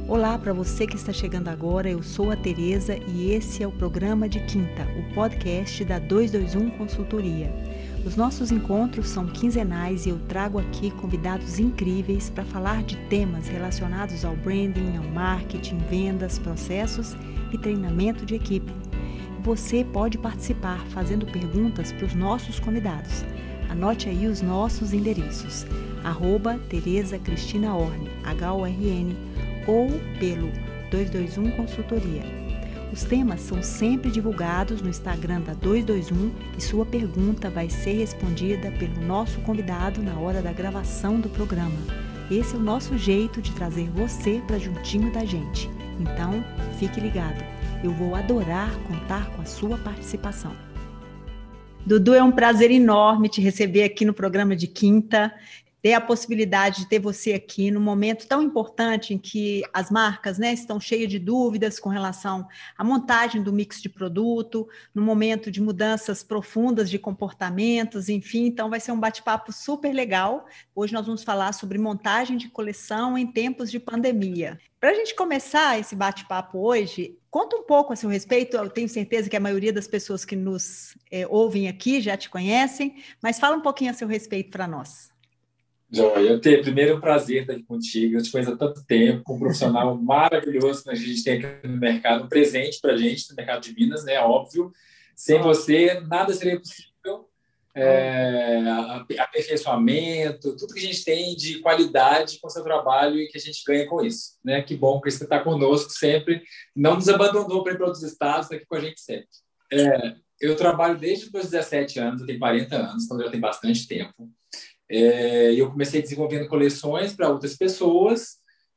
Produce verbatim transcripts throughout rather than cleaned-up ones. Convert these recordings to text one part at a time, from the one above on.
Olá para você que está chegando agora, eu sou a Tereza e esse é o programa de quinta, o podcast da duzentos e vinte e um Consultoria. Os nossos encontros são quinzenais e eu trago aqui convidados incríveis para falar de temas relacionados ao branding, ao marketing, vendas, processos e treinamento de equipe. Você pode participar fazendo perguntas para os nossos convidados. Anote aí os nossos endereços, arroba Tereza Cristina Orne, H O R N, ou pelo duzentos e vinte e um Consultoria. Os temas são sempre divulgados no Instagram da duzentos e vinte e um e sua pergunta vai ser respondida pelo nosso convidado na hora da gravação do programa. Esse é o nosso jeito de trazer você para juntinho da gente. Então, fique ligado. Eu vou adorar contar com a sua participação. Dudu, é um prazer enorme te receber aqui no programa de quinta. Ter a possibilidade de ter você aqui num momento tão importante em que as marcas, né, estão cheias de dúvidas com relação à montagem do mix de produto, num momento de mudanças profundas de comportamentos, enfim, então vai ser um bate-papo super legal. Hoje nós vamos falar sobre montagem de coleção em tempos de pandemia. Para a gente começar esse bate-papo hoje, conta um pouco a seu respeito. Eu tenho certeza que a maioria das pessoas que nos é, ouvem aqui já te conhecem, mas fala um pouquinho a seu respeito para nós. Joia, ter primeiro um prazer estar aqui contigo. Eu te conheço há tanto tempo, um profissional maravilhoso que a gente tem aqui no mercado, um presente para a gente no mercado de Minas, né? Óbvio. Sem oh. você, nada seria possível. É, aperfeiçoamento, tudo que a gente tem de qualidade com o seu trabalho e que a gente ganha com isso, né? Que bom que você está conosco sempre, não nos abandonou para ir para outros estados, está aqui com a gente sempre. É, eu trabalho desde os meus dezessete anos, eu tenho quarenta anos, então já tem bastante tempo. É, eu comecei desenvolvendo coleções para outras pessoas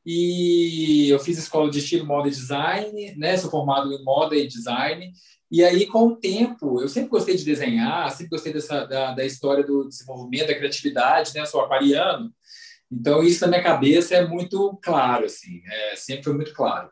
e eu fiz escola de estilo, moda e design, né? Sou formado em moda e design. E aí, com o tempo, eu sempre gostei de desenhar, sempre gostei dessa, da, da história do desenvolvimento, da criatividade, né? Eu sou aquariano, então isso na minha cabeça é muito claro, assim, é, sempre foi muito claro.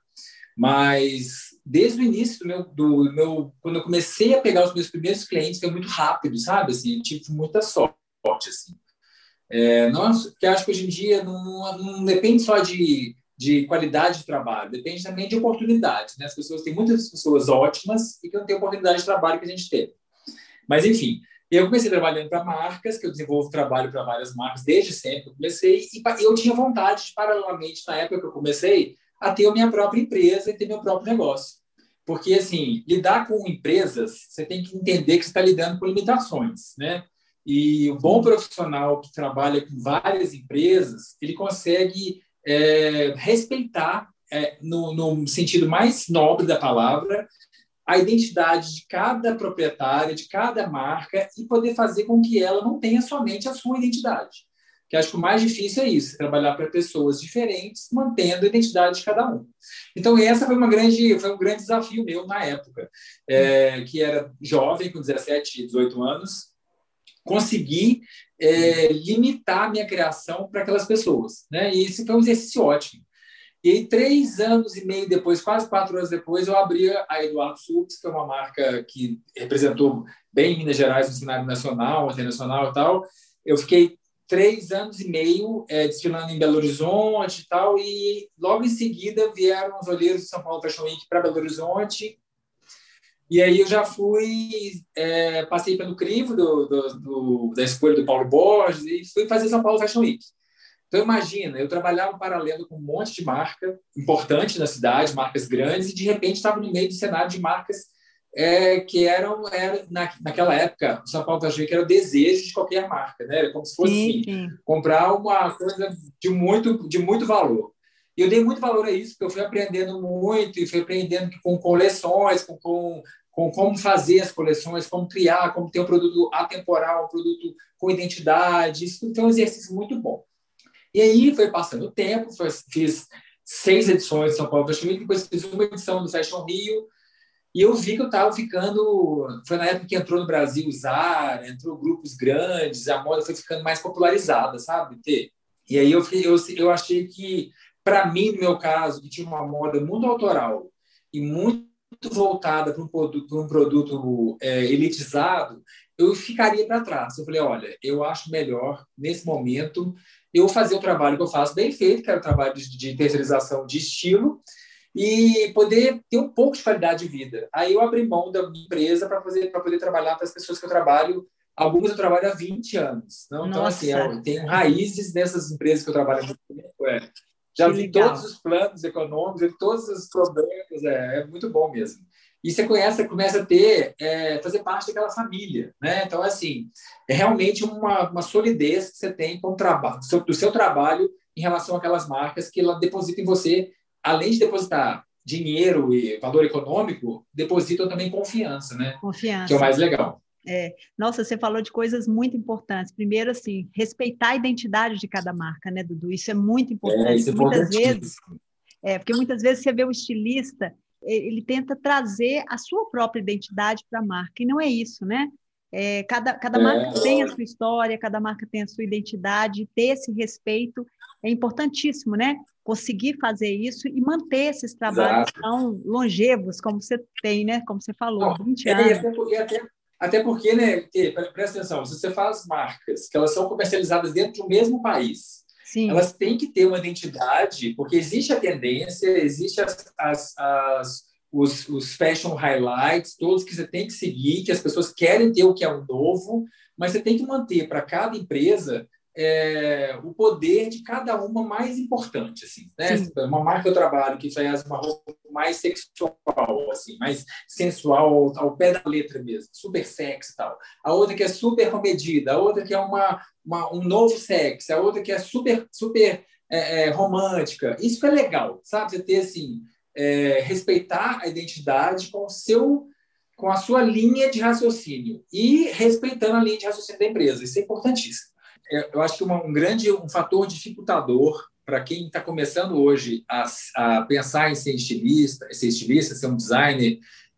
Mas desde o início do meu, do meu, quando eu comecei a pegar os meus primeiros clientes, foi muito rápido, sabe? Assim, eu tive muita sorte, assim. É, nós, porque acho que hoje em dia não, não depende só de, de qualidade de trabalho, depende também de oportunidade, né? As pessoas têm muitas pessoas ótimas e que não têm oportunidade de trabalho que a gente teve. Mas, enfim, eu comecei trabalhando para marcas, que eu desenvolvo trabalho para várias marcas desde sempre. Eu comecei e eu tinha vontade, de, paralelamente, na época que eu comecei, a ter a minha própria empresa e ter meu próprio negócio. Porque, assim, lidar com empresas, você tem que entender que você está lidando com limitações, né? E o bom profissional que trabalha com várias empresas, ele consegue é, respeitar, é, no, no sentido mais nobre da palavra, a identidade de cada proprietária, de cada marca e poder fazer com que ela não tenha somente a sua identidade. Que acho que o mais difícil é isso, trabalhar para pessoas diferentes, mantendo a identidade de cada um. Então, essa foi, uma grande, foi um grande desafio meu na época, é, que era jovem, com dezessete, dezoito anos, conseguir é, limitar a minha criação para aquelas pessoas, né? E isso foi um exercício ótimo. E aí, três anos e meio depois, quase quatro anos depois, eu abri a Eduardo Subs, que é uma marca que representou bem Minas Gerais no cenário nacional, internacional e tal. Eu fiquei três anos e meio é, desfilando em Belo Horizonte e tal, e logo em seguida vieram os olheiros de São Paulo Fashion Week para Belo Horizonte. E aí eu já fui, é, passei pelo crivo do, do, do, da escolha do Paulo Borges e fui fazer São Paulo Fashion Week. Então, imagina, eu trabalhava em paralelo com um monte de marca importante na cidade, marcas grandes, e de repente estava no meio do cenário de marcas é, que eram, era, na, naquela época, o São Paulo Fashion Week era o desejo de qualquer marca, né? Era como se fosse sim, sim. Assim, comprar uma coisa de muito, de muito valor. E eu dei muito valor a isso, porque eu fui aprendendo muito, e fui aprendendo com coleções, com, com com como fazer as coleções, como criar, como ter um produto atemporal, um produto com identidade. Isso foi um exercício muito bom. E aí foi passando o tempo, foi, fiz seis edições de São Paulo Fashion Week, depois fiz uma edição do Fashion Rio, e eu vi que eu estava ficando... Foi na época que entrou no Brasil o Zara, entrou grupos grandes, a moda foi ficando mais popularizada, sabe? E aí eu, eu, eu achei que, para mim, no meu caso, que tinha uma moda muito autoral e muito muito voltada para um produto, para um produto é, elitizado, eu ficaria para trás. Eu falei, olha, eu acho melhor, nesse momento, eu fazer o trabalho que eu faço bem feito, que era o trabalho de, de terceirização de estilo, e poder ter um pouco de qualidade de vida. Aí eu abri mão da minha empresa para poder, para poder trabalhar para as pessoas que eu trabalho. Algumas eu trabalho há vinte anos. Não? Então, assim, eu tenho raízes nessas empresas que eu trabalho há muito tempo. É. Já Que vi legal. todos os planos econômicos, vi todos os problemas. É, é muito bom mesmo. E você conhece, começa a ter, é, fazer parte daquela família. Né? Então, assim, é realmente uma, uma solidez que você tem com o trabalho, do seu, do seu trabalho em relação àquelas marcas que ela deposita em você. Além de depositar dinheiro e valor econômico, depositam também confiança, né? Confiança. Que é o mais legal. É. Nossa, você falou de coisas muito importantes. Primeiro, assim, respeitar a identidade de cada marca, né, Dudu? Isso é muito importante. É, isso é muitas vezes, é, porque muitas vezes você vê o estilista, ele tenta trazer a sua própria identidade para a marca, e não é isso, né? É, cada cada é. marca tem a sua história, cada marca tem a sua identidade, ter esse respeito é importantíssimo, né? Conseguir fazer isso e manter esses trabalhos Exato. Tão longevos como você tem, né? Como você falou, Não, vinte é, anos. E até, e até, até porque, né, presta atenção, se você faz marcas que elas são comercializadas dentro de um mesmo país, Sim. elas têm que ter uma identidade, porque existe a tendência, existe as, as, as, os, os fashion highlights, todos que você tem que seguir, que as pessoas querem ter o que é o novo, mas você tem que manter para cada empresa É, o poder de cada uma mais importante, assim, né? Uma marca que eu trabalho que faz uma roupa mais sexual, assim, mais sensual ao, ao pé da letra mesmo, super sexy e tal. A outra que é super comedida, a outra que é uma, uma um novo sexy, a outra que é super super é, é, romântica. Isso é legal, sabe? Você ter assim, é, respeitar a identidade com o seu com a sua linha de raciocínio e respeitando a linha de raciocínio da empresa. Isso é importantíssimo. Eu acho que uma, um grande um fator dificultador para quem está começando hoje a, a pensar em ser estilista, ser estilista, ser um designer,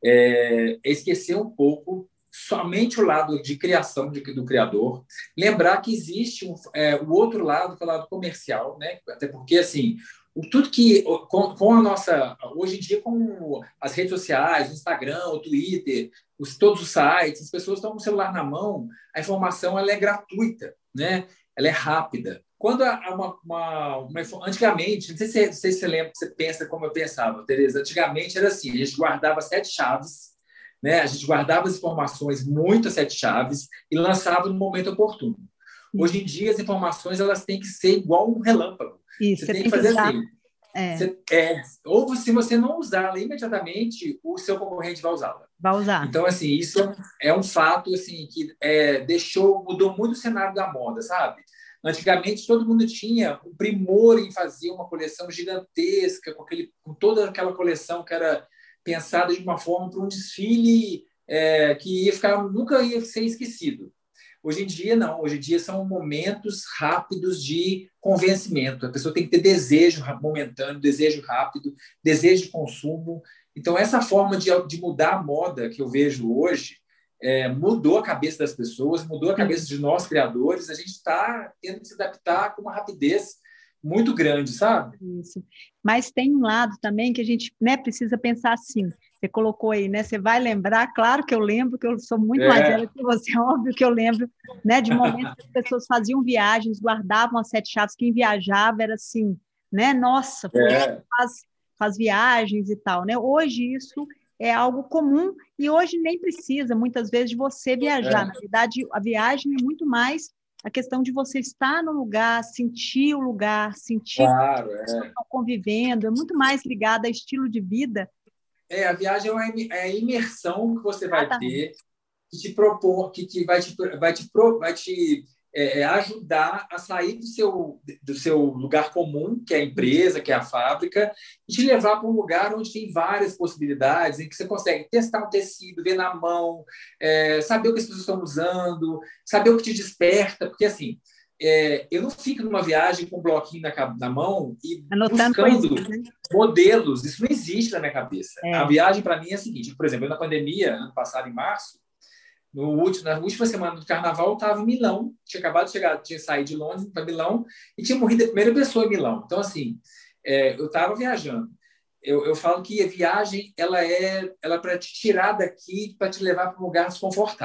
é, é esquecer um pouco somente o lado de criação de, do criador, lembrar que existe um, é, o outro lado, que é o lado comercial, né? Até porque assim, o, tudo que com, com a nossa hoje em dia com as redes sociais, o Instagram, o Twitter, os, todos os sites, as pessoas estão com o celular na mão, a informação ela é gratuita. Né? Ela é rápida. Quando há uma, uma, uma antigamente, não sei se, não sei se você lembra, você pensa como eu pensava, Tereza. Antigamente era assim, a gente guardava sete chaves, né? A gente guardava as informações muito a sete chaves e lançava no momento oportuno. Hoje em dia as informações elas têm que ser igual um relâmpago. Isso, você, você tem que fazer que assim. É. Você, é, ou se você não usá-la imediatamente, o seu concorrente vai usá-la. Vai usar. Então, assim, isso é um fato assim, que é, deixou, mudou muito o cenário da moda, sabe? Antigamente, todo mundo tinha o primor em fazer uma coleção gigantesca, com, aquele, com toda aquela coleção que era pensada de uma forma para um desfile é, que ia ficar, nunca ia ser esquecido. Hoje em dia, não. Hoje em dia são momentos rápidos de convencimento. A pessoa tem que ter desejo momentâneo, desejo rápido, desejo de consumo. Então, essa forma de, de mudar a moda que eu vejo hoje é, mudou a cabeça das pessoas, mudou a cabeça de nós, criadores. A gente está tendo que se adaptar com uma rapidez muito grande, sabe? Isso. Mas tem um lado também que a gente, né, precisa pensar assim. Você colocou aí, né? Você vai lembrar, claro que eu lembro, que eu sou muito é. mais velha que você, óbvio que eu lembro, né, de momentos que as pessoas faziam viagens, guardavam as sete chaves, quem viajava era assim, né? Nossa, é. faz, faz viagens e tal, né? Hoje isso é algo comum e hoje nem precisa, muitas vezes, de você viajar. É. Na verdade, a viagem é muito mais a questão de você estar no lugar, sentir o lugar, sentir claro, que as é. pessoas estão convivendo, é muito mais ligada a estilo de vida. É, a viagem é a imersão que você vai ter, que te propor, que, que vai te, vai te, vai te é, ajudar a sair do seu, do seu lugar comum, que é a empresa, que é a fábrica, e te levar para um lugar onde tem várias possibilidades, em que você consegue testar um tecido, ver na mão, é, saber o que as pessoas estão usando, saber o que te desperta, porque assim, É, eu não fico numa viagem com um bloquinho na, na mão e Anotando buscando coisas, né? modelos. Isso não existe na minha cabeça. É. A viagem, para mim, é a seguinte. Por exemplo, eu, na pandemia, ano passado, em março, no último, na última semana do carnaval, eu estava em Milão. Tinha acabado de chegar, tinha saído de Londres para Milão e tinha morrido a primeira pessoa em Milão. Então, assim, é, eu estava viajando. Eu, eu falo que a viagem ela é, ela é para te tirar daqui, para te levar para um lugar desconfortável.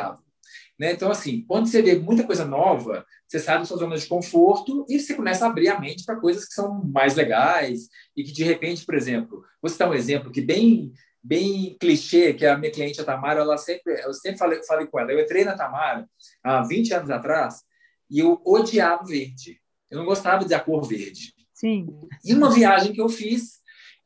Né? Então, assim, quando você vê muita coisa nova, você sai da sua zona de conforto e você começa a abrir a mente para coisas que são mais legais e que, de repente, por exemplo, vou citar um exemplo que bem, bem clichê, que a minha cliente, a Tamara, ela sempre, eu sempre falei, falei com ela, eu entrei na Tamara há vinte anos atrás e eu odiava verde. Eu não gostava da cor verde. Sim. E uma viagem que eu fiz,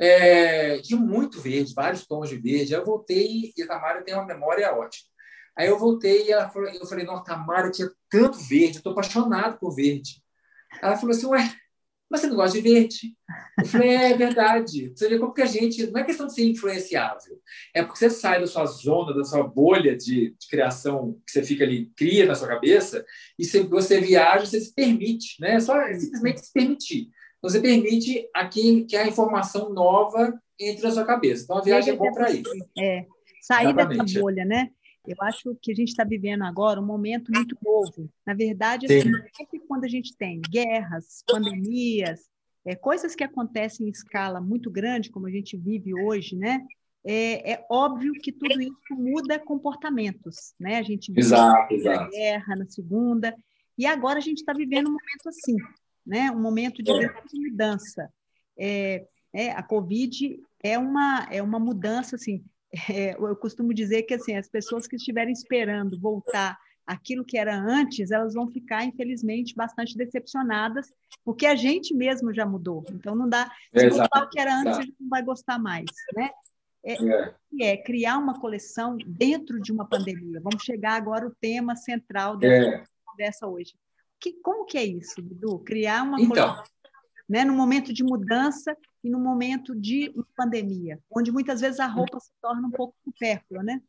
é, tinha muito verde, vários tons de verde. Aí eu voltei e a Tamara tem uma memória ótima. Aí eu voltei e ela falou, eu falei, nossa, Tamara, tinha tanto verde, eu estou apaixonado por verde. Ela falou assim, ué, mas você não gosta de verde? Eu falei, é verdade. Você vê como que a gente... Não é questão de ser influenciável. É porque você sai da sua zona, da sua bolha de, de criação que você fica ali, cria na sua cabeça, e você, você viaja, você se permite, né? Só simplesmente se permitir. Você permite aqui que a informação nova entre na sua cabeça. Então, a viagem é bom para isso. É, sair Exatamente. dessa bolha, né? Eu acho que a gente está vivendo agora um momento muito novo. Na verdade, assim, sempre quando a gente tem guerras, pandemias, é, coisas que acontecem em escala muito grande, como a gente vive hoje, né? É, é óbvio que tudo isso muda comportamentos, né? A gente vive Exato, na exato. guerra, na segunda, e agora a gente está vivendo um momento assim, né? Um momento de grande mudança. É, é, a Covid é uma, é uma mudança, assim. É, eu costumo dizer que assim, as pessoas que estiverem esperando voltar aquilo que era antes, elas vão ficar, infelizmente, bastante decepcionadas, porque a gente mesmo já mudou. Então, não dá... Se voltar o que era antes, a gente não vai gostar mais, né? É, é. é criar uma coleção dentro de uma pandemia. Vamos chegar agora ao tema central dessa é. conversa hoje. Que, como que é isso, Dudu? Criar uma então. coleção, né, no momento de mudança e no momento de pandemia, onde muitas vezes a roupa se torna um pouco supérflua, né?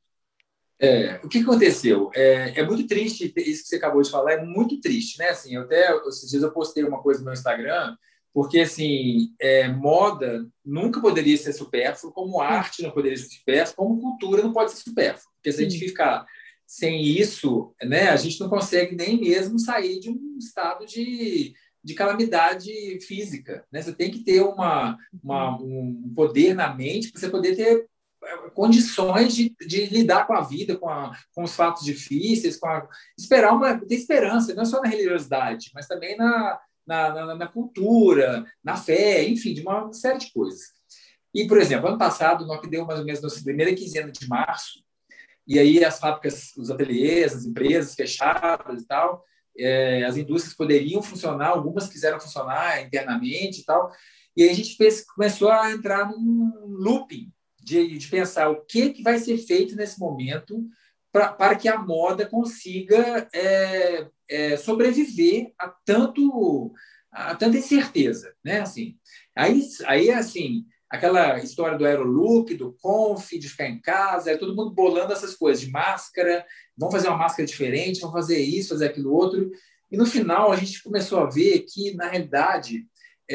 É, o que aconteceu? É, é muito triste, isso que você acabou de falar, é muito triste, né? Assim, eu até, esses dias eu postei uma coisa no meu Instagram, porque, assim, é, moda nunca poderia ser supérfluo, como arte não poderia ser supérfluo, como cultura não pode ser supérfluo. Porque se a gente ficar sem isso, né, a gente não consegue nem mesmo sair de um estado de... de calamidade física, né? Você tem que ter uma, uma, um poder na mente para você poder ter condições de, de lidar com a vida, com, a, com os fatos difíceis, com a, esperar uma, ter esperança, não só na religiosidade, mas também na, na, na, na cultura, na fé, enfim, de uma série de coisas. E, por exemplo, ano passado, nós que deu mais ou menos na primeira quinzena de março, e aí as fábricas, os ateliês, as empresas fechadas e tal, É, as indústrias poderiam funcionar, algumas quiseram funcionar internamente e tal, e aí a gente fez, começou a entrar num looping de, de pensar o que, que vai ser feito nesse momento pra, para que a moda consiga é, é, sobreviver a, tanto, a tanta incerteza, né? Assim, aí, aí, assim, aquela história do aerolook, do conf, de ficar em casa, é todo mundo bolando essas coisas, de máscara, vão fazer uma máscara diferente, vão fazer isso, fazer aquilo outro. E, no final, a gente começou a ver que, na realidade,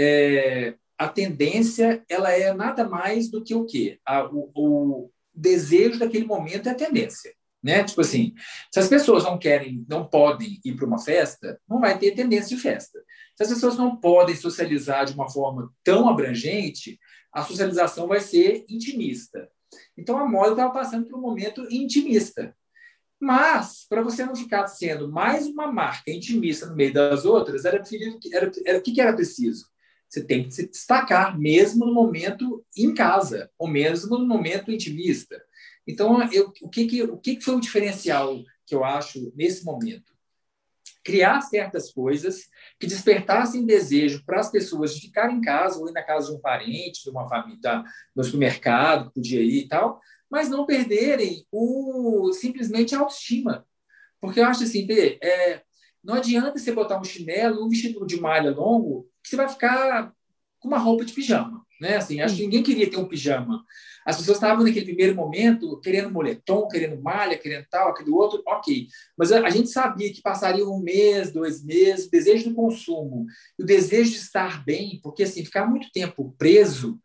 é, a tendência ela é nada mais do que o quê? A, o, o desejo daquele momento é a tendência. Né? Tipo assim, se as pessoas não querem, não podem ir para uma festa, não vai ter tendência de festa. Se as pessoas não podem socializar de uma forma tão abrangente, a socialização vai ser intimista. Então, a moda estava passando por um momento intimista. Mas, para você não ficar sendo mais uma marca intimista no meio das outras, era, era, era, o que era preciso? Você tem que se destacar, mesmo no momento em casa, ou mesmo no momento intimista. Então, eu, o, que, que, o que, que foi o diferencial que eu acho nesse momento? Criar certas coisas que despertassem desejo para as pessoas de ficar em casa ou ir na casa de um parente, de uma família, tá, no supermercado, podia ir e tal, mas não perderem o, simplesmente a autoestima. Porque eu acho assim, Pê, é, não adianta você botar um chinelo, um vestido de malha longo, que você vai ficar com uma roupa de pijama. Né? Assim, acho que ninguém queria ter um pijama. As pessoas estavam naquele primeiro momento querendo moletom, querendo malha, querendo tal, aquele outro, ok. Mas a, a gente sabia que passaria um mês, dois meses, o desejo do consumo, o desejo de estar bem, porque assim, ficar muito tempo preso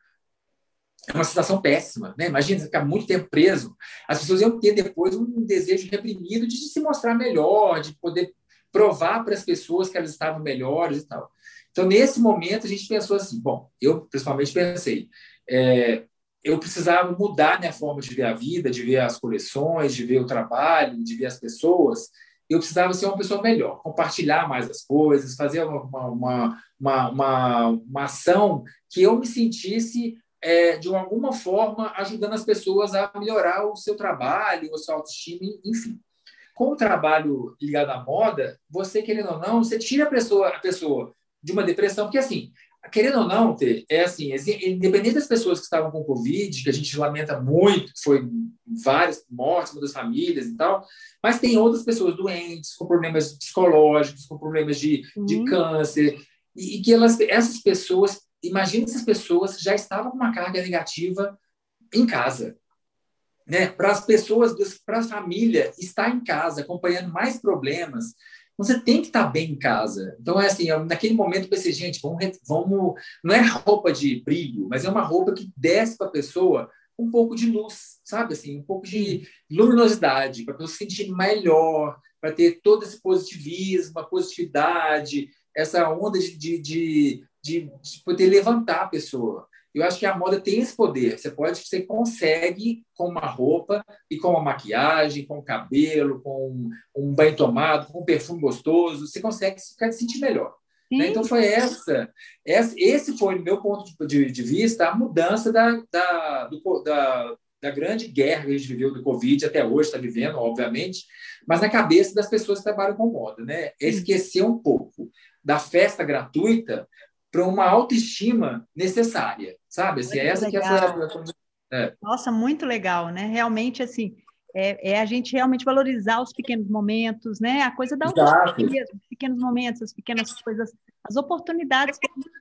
é uma sensação péssima. Né? Imagina você ficar muito tempo preso. As pessoas iam ter depois um desejo reprimido de se mostrar melhor, de poder provar para as pessoas que elas estavam melhores e tal. Então, nesse momento, a gente pensou assim, bom, eu principalmente pensei, é, eu precisava mudar minha forma de ver a vida, de ver as coleções, de ver o trabalho, de ver as pessoas. Eu precisava ser uma pessoa melhor, compartilhar mais as coisas, fazer uma, uma, uma, uma, uma ação que eu me sentisse, é, de alguma forma, ajudando as pessoas a melhorar o seu trabalho, o seu autoestima, enfim. Com o trabalho ligado à moda, você, querendo ou não, você tira a pessoa, a pessoa de uma depressão, porque, assim, querendo ou não, é assim, independente das pessoas que estavam com Covid, que a gente lamenta muito, foi várias mortes das famílias e tal, mas tem outras pessoas doentes, com problemas psicológicos, com problemas de, uhum. de câncer, e, e que elas, essas pessoas, imagina essas pessoas já estavam com uma carga negativa em casa. Né? Para as pessoas, para a família, estar em casa, acompanhando mais problemas, você tem que estar bem em casa. Então, é assim, naquele momento eu pensei, gente, vamos, vamos... Não é roupa de brilho, mas é uma roupa que desce para a pessoa um pouco de luz, sabe? Assim, um pouco de luminosidade, para a pessoa se sentir melhor, para ter todo esse positivismo, a positividade, essa onda de, de, de, de poder levantar a pessoa. Eu acho que a moda tem esse poder. Você pode, você consegue com uma roupa e com uma maquiagem, com o cabelo, com um banho tomado, com um perfume gostoso, você consegue ficar se sentir melhor. Né? Então foi essa, essa, esse foi, no meu ponto de, de vista, a mudança da, da, do, da, da grande guerra que a gente viveu do Covid, até hoje está vivendo, obviamente, mas na cabeça das pessoas que trabalham com moda, né? É esquecer um pouco da festa gratuita para uma autoestima necessária, sabe? Assim, é essa legal. que essa é. Nossa, muito legal, né? Realmente, assim, é, é a gente realmente valorizar os pequenos momentos, né? A coisa da autoestima mesmo, os pequenos momentos, as pequenas coisas, as oportunidades que a gente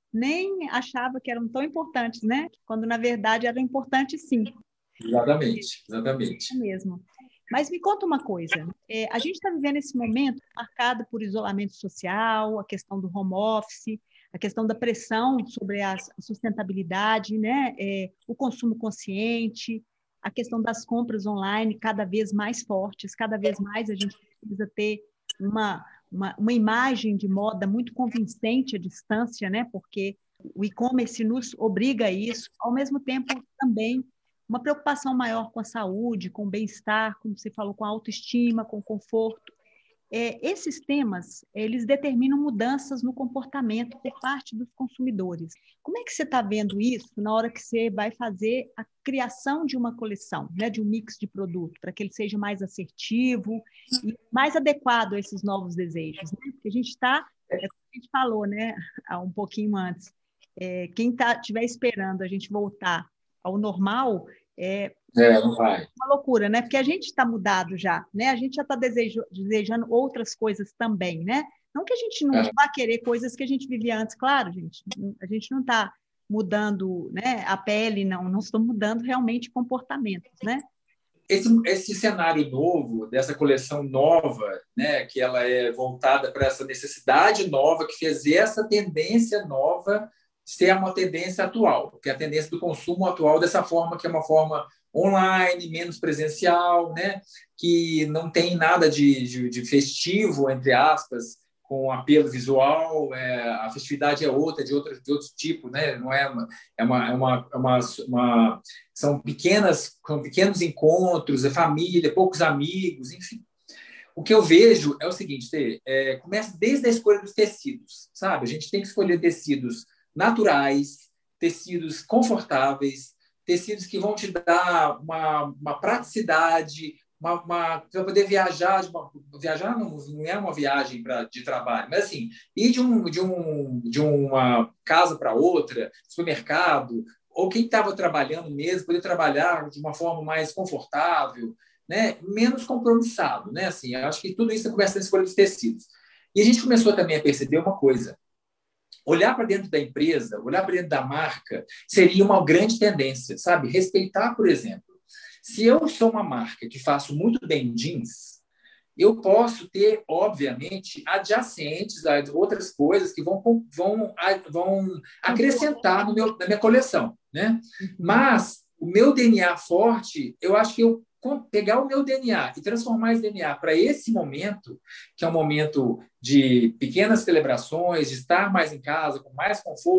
nem achava que eram tão importantes, né? Quando, na verdade, eram importantes, sim. Exatamente, exatamente. É mesmo. Mas me conta uma coisa, é, a gente está vivendo esse momento marcado por isolamento social, a questão do home office, a questão da pressão sobre a sustentabilidade, né? É, o consumo consciente, a questão das compras online cada vez mais fortes, cada vez mais a gente precisa ter uma, uma, uma imagem de moda muito convincente à distância, né? Porque o e-commerce nos obriga a isso, ao mesmo tempo também uma preocupação maior com a saúde, com o bem-estar, como você falou, com a autoestima, com o conforto. É, esses temas, eles determinam mudanças no comportamento por parte dos consumidores. Como é que você está vendo isso na hora que você vai fazer a criação de uma coleção, né, de um mix de produto, para que ele seja mais assertivo e mais adequado a esses novos desejos? Né? Porque a gente está, é como a gente falou, né, há um pouquinho antes, é, quem estiver tá, esperando a gente voltar ao normal, é, É, não vai. Uma loucura, né? Porque a gente está mudado já, né? A gente já está desejo, desejando outras coisas também, né? Não que a gente não é. vá querer coisas que a gente vivia antes, claro, gente. A gente não está mudando, né, a pele, não. Não estamos mudando realmente comportamentos, né? Esse, esse cenário novo, dessa coleção nova, né, que ela é voltada para essa necessidade nova, que fez essa tendência nova ser uma tendência atual, que é a tendência do consumo atual dessa forma, que é uma forma online, menos presencial, né? Que não tem nada de, de, de festivo, entre aspas, com apelo visual, é, a festividade é outra, de outro, de outro tipo, né? Não é uma, é uma, é uma, é uma, uma são pequenas, são pequenos encontros, é família, poucos amigos, enfim. O que eu vejo é o seguinte, Tê, é, começa desde a escolha dos tecidos, sabe? A gente tem que escolher tecidos naturais, tecidos confortáveis, tecidos que vão te dar uma, uma praticidade, uma, uma, para poder viajar. De uma, viajar não, não é uma viagem pra, de trabalho, mas assim, ir de, um, de, um, de uma casa para outra, supermercado, ou quem estava trabalhando mesmo, poder trabalhar de uma forma mais confortável, né? Menos compromissado. Né? Assim, eu acho que tudo isso começa na escolha dos tecidos. E a gente começou também a perceber uma coisa. Olhar para dentro da empresa, olhar para dentro da marca, seria uma grande tendência, sabe? Respeitar, por exemplo. Se eu sou uma marca que faço muito bem jeans, eu posso ter, obviamente, adjacentes, outras coisas que vão, vão, vão acrescentar no meu, na minha coleção, né? Mas o meu D N A forte, eu acho que eu pegar o meu D N A e transformar esse D N A para esse momento, que é um momento de pequenas celebrações, de estar mais em casa, com mais conforto,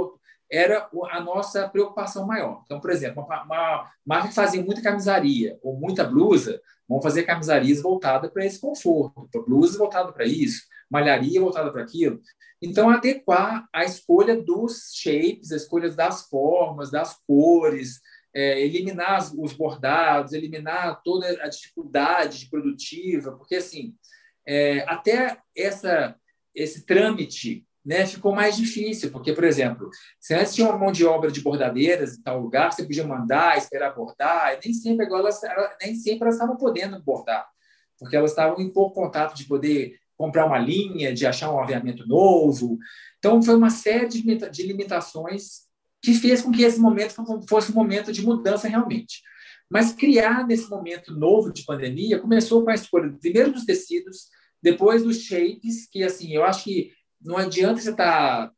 era a nossa preocupação maior. Então, por exemplo, uma, uma marca que fazia muita camisaria ou muita blusa, vão fazer camisarias voltadas para esse conforto, para blusas voltadas para isso, malharia voltada para aquilo. Então, adequar a escolha dos shapes, a escolha das formas, das cores, é, eliminar os bordados, eliminar toda a dificuldade produtiva, porque, assim, é, até essa, esse trâmite, né, ficou mais difícil, porque, por exemplo, se antes tinha uma mão de obra de bordadeiras em tal lugar, você podia mandar, esperar bordar, e nem sempre, agora elas, nem sempre elas estavam podendo bordar, porque elas estavam em pouco contato de poder comprar uma linha, de achar um aviamento novo. Então, foi uma série de limitações que fez com que esse momento fosse um momento de mudança realmente. Mas criar nesse momento novo de pandemia começou com a escolha, primeiro dos tecidos, depois dos shapes, que, assim, eu acho que não adianta você estar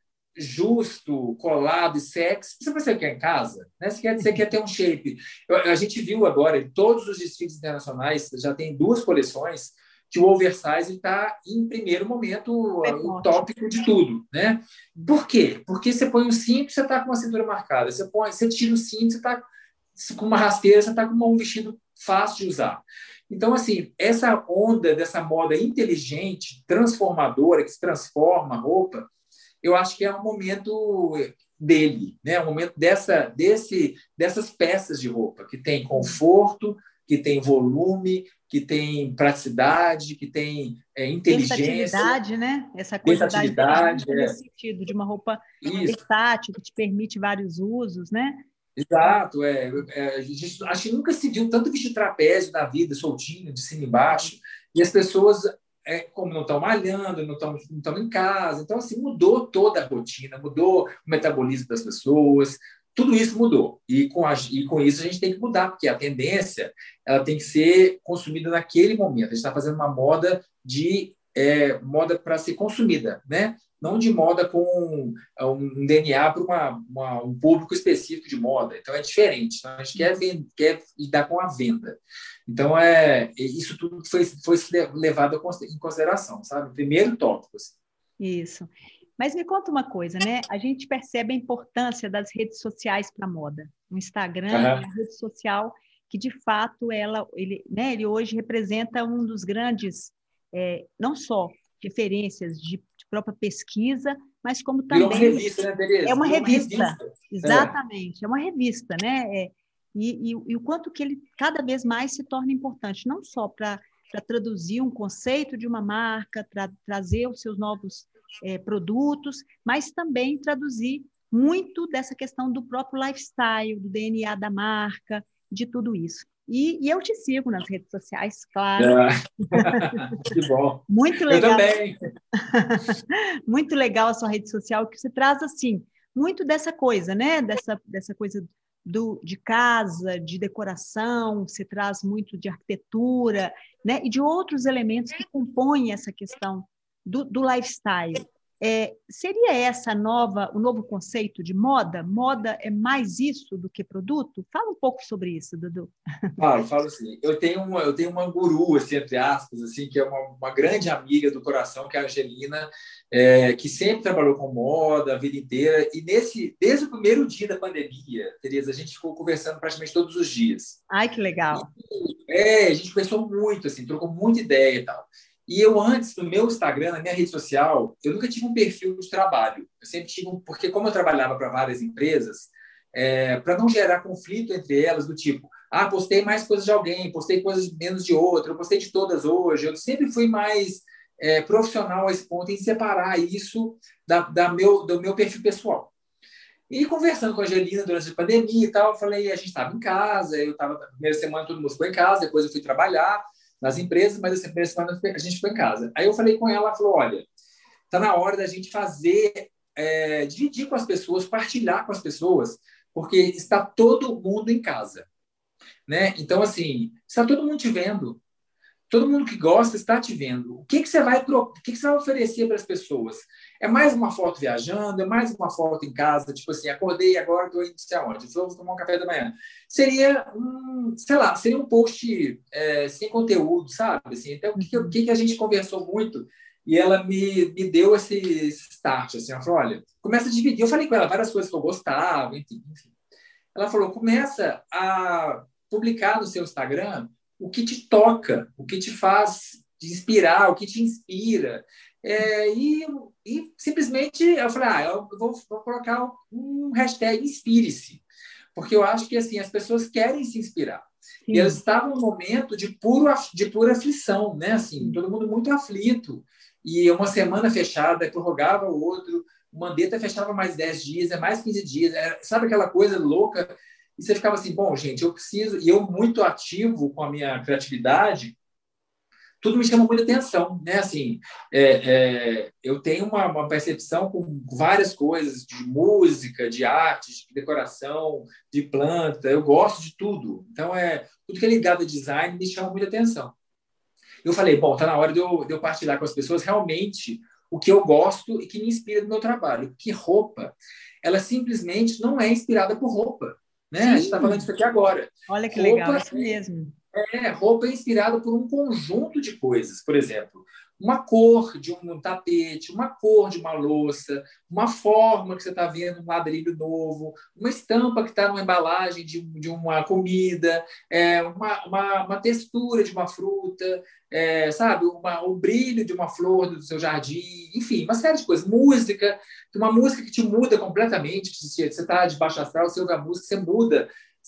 justo, colado e sexy, se você quer em casa, né? Você quer, você quer ter um shape. Eu, a gente viu agora, em todos os desfiles internacionais, já tem duas coleções que o oversize está, em primeiro momento, o tópico de tudo, né? Por quê? Porque você põe um cinto, você está com uma cintura marcada. Você, põe, você tira o cinto, você está com uma rasteira, você está com um vestido fácil de usar. Então, assim, essa onda dessa moda inteligente, transformadora, que se transforma a roupa, eu acho que é um momento dele, né? Um momento dessa, desse, dessas peças de roupa, que tem conforto, que tem volume, que tem praticidade, que tem é, inteligência. Versatilidade, né? Essa coisa da versatilidade, é. nesse sentido, de uma roupa versátil, que te permite vários usos, né? Exato, é, é, a gente, acho que nunca se viu tanto vestir trapézio na vida, soltinho, de cima e embaixo, e as pessoas, é, como não estão malhando, não estão não estão em casa, então, assim, mudou toda a rotina, mudou o metabolismo das pessoas, tudo isso mudou, e com, a, e com isso a gente tem que mudar, porque a tendência ela tem que ser consumida naquele momento, a gente está fazendo uma moda de é, moda para ser consumida, né? Não de moda com um D N A para uma, uma, um público específico de moda. Então, é diferente. Então, a gente quer, vender, quer lidar com a venda. Então, é, isso tudo foi, foi levado em consideração, sabe? Primeiro tópico. Assim. Isso. Mas me conta uma coisa, né? A gente percebe a importância das redes sociais para a moda. O Instagram uhum. é uma rede social que, de fato, ela, ele, né, ele hoje representa um dos grandes, é, não só referências de própria pesquisa, mas como também... Virou uma revista, né, Tereza? É uma revista, uma revista. Exatamente, é. é uma revista, né? É, e, e, e o quanto que ele cada vez mais se torna importante, não só para traduzir um conceito de uma marca, tra trazer os seus novos é, produtos, mas também traduzir muito dessa questão do próprio lifestyle, do D N A da marca, de tudo isso. E, e eu te sigo nas redes sociais, claro. Ah, que bom. Muito legal. Eu também. Muito legal a sua rede social, que você traz, assim, muito dessa coisa, né? Dessa, dessa coisa do, de casa, de decoração, você traz muito de arquitetura, né? E de outros elementos que compõem essa questão do, do lifestyle. É, seria essa nova, o novo conceito de moda? Moda é mais isso do que produto? Fala um pouco sobre isso, Dudu. Falo, falo assim. Eu tenho uma, eu tenho uma guru, assim, entre aspas, assim, que é uma, uma grande amiga do coração, que é a Angelina, é, que sempre trabalhou com moda a vida inteira. E nesse, desde o primeiro dia da pandemia, Tereza, a gente ficou conversando praticamente todos os dias. Ai, que legal. E, é, a gente conversou muito, assim, trocou muita ideia e tal. E eu antes, no meu Instagram, na minha rede social, eu nunca tive um perfil de trabalho. Eu sempre tive um... Porque como eu trabalhava para várias empresas, é, para não gerar conflito entre elas, do tipo, ah, postei mais coisas de alguém, postei coisas menos de outra, eu postei de todas hoje. Eu sempre fui mais é, profissional a esse ponto, em separar isso da, da meu, do meu perfil pessoal. E conversando com a Angelina durante a pandemia e tal, eu falei, a gente estava em casa, eu estava, na primeira semana todo mundo ficou em casa, depois eu fui trabalhar nas empresas, mas essa primeira semana a gente ficou em casa. Aí eu falei com ela, ela falou, olha, está na hora da gente fazer, é, dividir com as pessoas, partilhar com as pessoas, porque está todo mundo em casa. Né? Então, assim, está todo mundo te vendo. Todo mundo que gosta está te vendo. O que, que, você, vai, o que, que você vai oferecer para as pessoas? É mais uma foto viajando? É mais uma foto em casa? Tipo assim, acordei agora, estou indo sei aonde? Vou tomar um café da manhã. Seria um, sei lá, seria um post é, sem conteúdo, sabe? Assim, então, o que, que, que a gente conversou muito e ela me, me deu esse, esse start, assim, ela falou, olha, começa a dividir. Eu falei com ela várias coisas que eu gostava, enfim, enfim. Ela falou, começa a publicar no seu Instagram o que te toca, o que te faz te inspirar, o que te inspira. É, e, e simplesmente eu falei, ah, eu vou, vou colocar um hashtag inspire-se, porque eu acho que assim as pessoas querem se inspirar. Sim. E elas estavam num momento de, puro, de pura aflição, né? Assim, todo mundo muito aflito. E uma semana fechada, prorrogava o outro, o Mandetta fechava mais dez dias, é mais quinze dias, é, sabe aquela coisa louca? E você ficava assim, bom, gente, eu preciso... E eu muito ativo com a minha criatividade, tudo me chama muita atenção, né? Assim, é, é, eu tenho uma, uma percepção com várias coisas, de música, de arte, de decoração, de planta, eu gosto de tudo. Então, é, tudo que é ligado a design me chama muita atenção. Eu falei, bom, está na hora de eu, de eu partilhar com as pessoas realmente o que eu gosto e que me inspira no meu trabalho. Porque roupa, ela simplesmente não é inspirada por roupa, né? Sim. A gente está falando disso aqui agora. Olha que roupa legal, isso mesmo. É, roupa é inspirada por um conjunto de coisas. Por exemplo, uma cor de um tapete, uma cor de uma louça, uma forma que você está vendo um ladrilho novo, uma estampa que está numa embalagem de, de uma comida, é, uma, uma, uma textura de uma fruta, é, sabe? Uma, o brilho de uma flor do seu jardim, enfim, uma série de coisas. Música, uma música que te muda completamente. Você está de baixo astral, você ouve a música, você muda.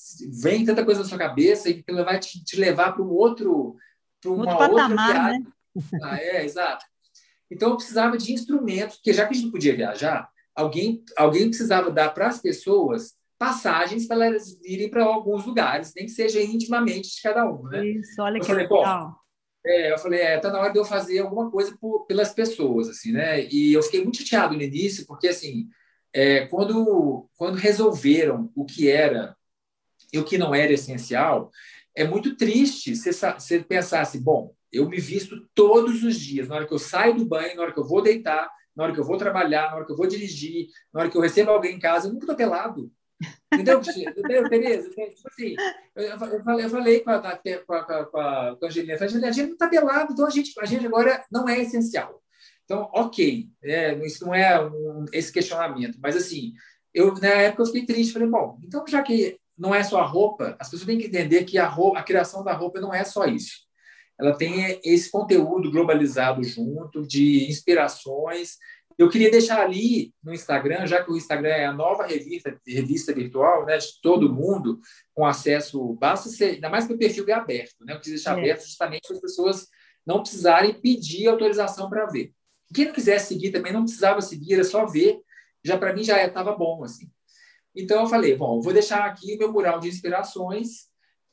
Vem tanta coisa na sua cabeça e que ela vai te, te levar para um outro, para uma outro outra patamar, viagem. Né? Ah, é, exato. Então eu precisava de instrumentos, porque já que a gente não podia viajar, alguém, alguém precisava dar para as pessoas passagens para elas irem para alguns lugares, nem que seja intimamente de cada um, né? Isso, olha eu que falei, legal. Bom, é, eu falei, é, tá na hora de eu fazer alguma coisa por, pelas pessoas, assim, né? E eu fiquei muito chateado no início, porque assim, é, quando, quando resolveram o que era e o que não era essencial, é muito triste você, você pensar assim, bom, eu me visto todos os dias, na hora que eu saio do banho, na hora que eu vou deitar, na hora que eu vou trabalhar, na hora que eu vou dirigir, na hora que eu recebo alguém em casa, eu nunca estou pelado. Entendeu, Entendeu, Tereza? Tipo assim, eu, eu, falei, eu falei com a, com a, com a, com a Angelina, a gente não está pelado, então a gente, a gente agora não é essencial. Então, ok, é, isso não é um, esse questionamento, mas assim, eu, na época eu fiquei triste, falei, bom, então já que não é só a roupa, as pessoas têm que entender que a, roupa, a criação da roupa não é só isso. Ela tem esse conteúdo globalizado junto, de inspirações. Eu queria deixar ali no Instagram, já que o Instagram é a nova revista, revista virtual, né, de todo mundo, com acesso, basta ser, ainda mais que o perfil é aberto, né? Eu quis deixar é. aberto justamente para as pessoas não precisarem pedir autorização para ver. Quem não quisesse seguir também não precisava seguir, era só ver. Já para mim já estava bom, assim. Então, eu falei, bom, vou deixar aqui meu mural de inspirações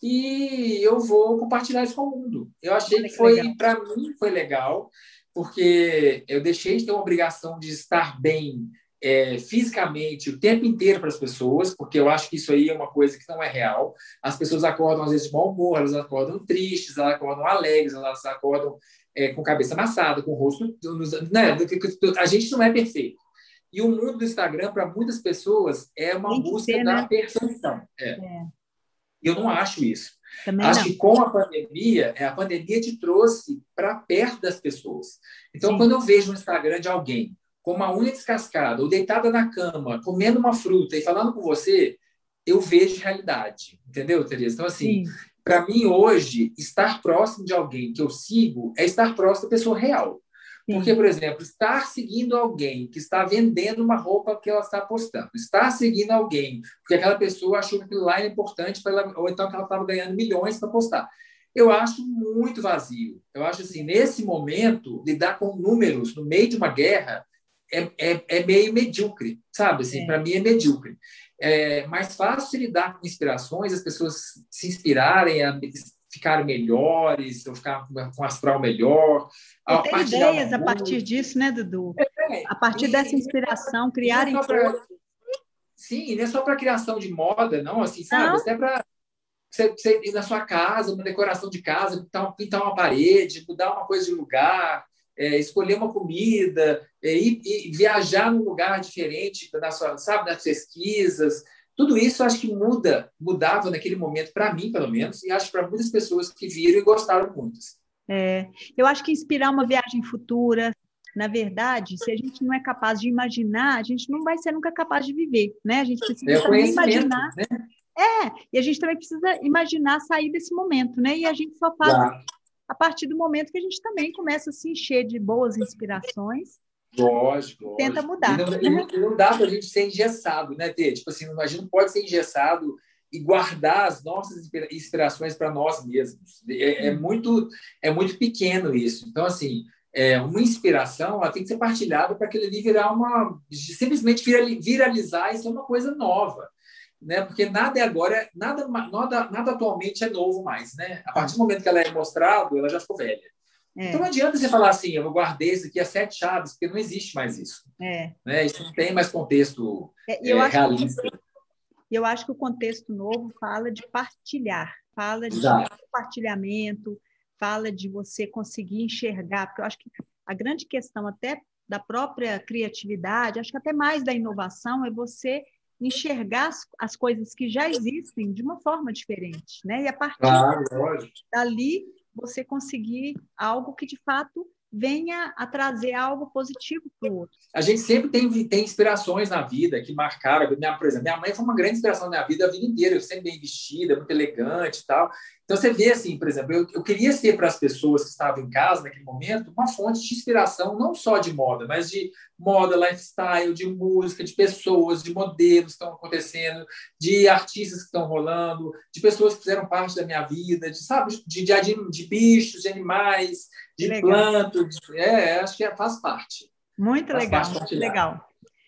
e eu vou compartilhar isso com o mundo. Eu achei que foi, para mim, foi legal, porque eu deixei de ter uma obrigação de estar bem é, fisicamente o tempo inteiro para as pessoas, porque eu acho que isso aí é uma coisa que não é real. As pessoas acordam, às vezes, de mau humor, elas acordam tristes, elas acordam alegres, elas acordam é, com cabeça amassada, com o rosto... Né? A gente não é perfeito. E o mundo do Instagram, para muitas pessoas, é uma busca ser, da né? perfeição. É. É. Eu não acho isso. Também acho não. que com a pandemia, a pandemia te trouxe para perto das pessoas. Então, Sim. quando eu vejo no Instagram de alguém com uma unha descascada ou deitada na cama, comendo uma fruta e falando com você, eu vejo realidade. Entendeu, Tereza? Então, assim, para mim, hoje, estar próximo de alguém que eu sigo é estar próximo da pessoa real. Porque, por exemplo, estar seguindo alguém que está vendendo uma roupa que ela está postando, estar seguindo alguém porque aquela pessoa achou que aquilo lá era importante para ela, ou então que ela estava ganhando milhões para postar. Eu acho muito vazio. Eu acho assim, nesse momento, lidar com números no meio de uma guerra é, é, é meio medíocre, sabe? Assim, é. Para mim é medíocre. É mais fácil lidar com inspirações, as pessoas se inspirarem a ficarem melhores, ou ficar com um astral melhor. A ter ideias a partir disso, né, Dudu? É, a partir e, dessa inspiração, e, criarem... É pra, sim, não é só para criação de moda, não, assim, sabe? Até para você, você ir na sua casa, uma decoração de casa, pintar, pintar uma parede, mudar uma coisa de lugar, é, escolher uma comida, é, ir, ir, viajar num lugar diferente, na sua, sabe, nas pesquisas. Tudo isso eu acho que muda, mudava naquele momento, para mim, pelo menos, e acho para muitas pessoas que viram e gostaram muito. É, eu acho que inspirar uma viagem futura, na verdade, se a gente não é capaz de imaginar, a gente não vai ser nunca capaz de viver, né? A gente precisa É também conhecimento, imaginar. né? É, e a gente também precisa imaginar sair desse momento, né? E a gente só faz Já. a partir do momento que a gente também começa a se encher de boas inspirações Lógico, e tenta lógico. E mudar. não, e não, e não dá para a gente ser engessado, né, Tê? Tipo assim, a gente não pode ser engessado e guardar as nossas inspirações para nós mesmos. É, é, muito, é muito pequeno isso. Então, assim, é, uma inspiração ela tem que ser partilhada para aquilo ali virar uma... simplesmente viralizar e ser uma coisa nova. Né? Porque nada é agora, nada, nada, nada atualmente é novo mais. Né? A partir do momento que ela é mostrada, ela já ficou velha. É. Então não adianta você falar assim, eu guardei isso aqui a sete chaves, porque não existe mais isso. É. Né? Isso não tem mais contexto é, eu é, acho realista. Que, eu acho que o contexto novo fala de partilhar, fala de Exato. compartilhamento, fala de você conseguir enxergar, porque eu acho que a grande questão até da própria criatividade, acho que até mais da inovação, é você enxergar as, as coisas que já existem de uma forma diferente, né? E a partir claro, dali você conseguir algo que de fato venha a trazer algo positivo para o outro. A gente sempre tem, tem inspirações na vida que marcaram. Minha, por exemplo, minha mãe foi uma grande inspiração na minha vida a vida inteira. Eu sempre bem vestida, muito elegante e tal. Então, você vê, assim, por exemplo, eu, eu queria ser para as pessoas que estavam em casa naquele momento uma fonte de inspiração, não só de moda, mas de moda, lifestyle, de música, de pessoas, de modelos que estão acontecendo, de artistas que estão rolando, de pessoas que fizeram parte da minha vida, de, sabe, de, de, de, de bichos, de animais, de legal. plantas. É, acho que faz parte. Muito faz legal, parte muito legal.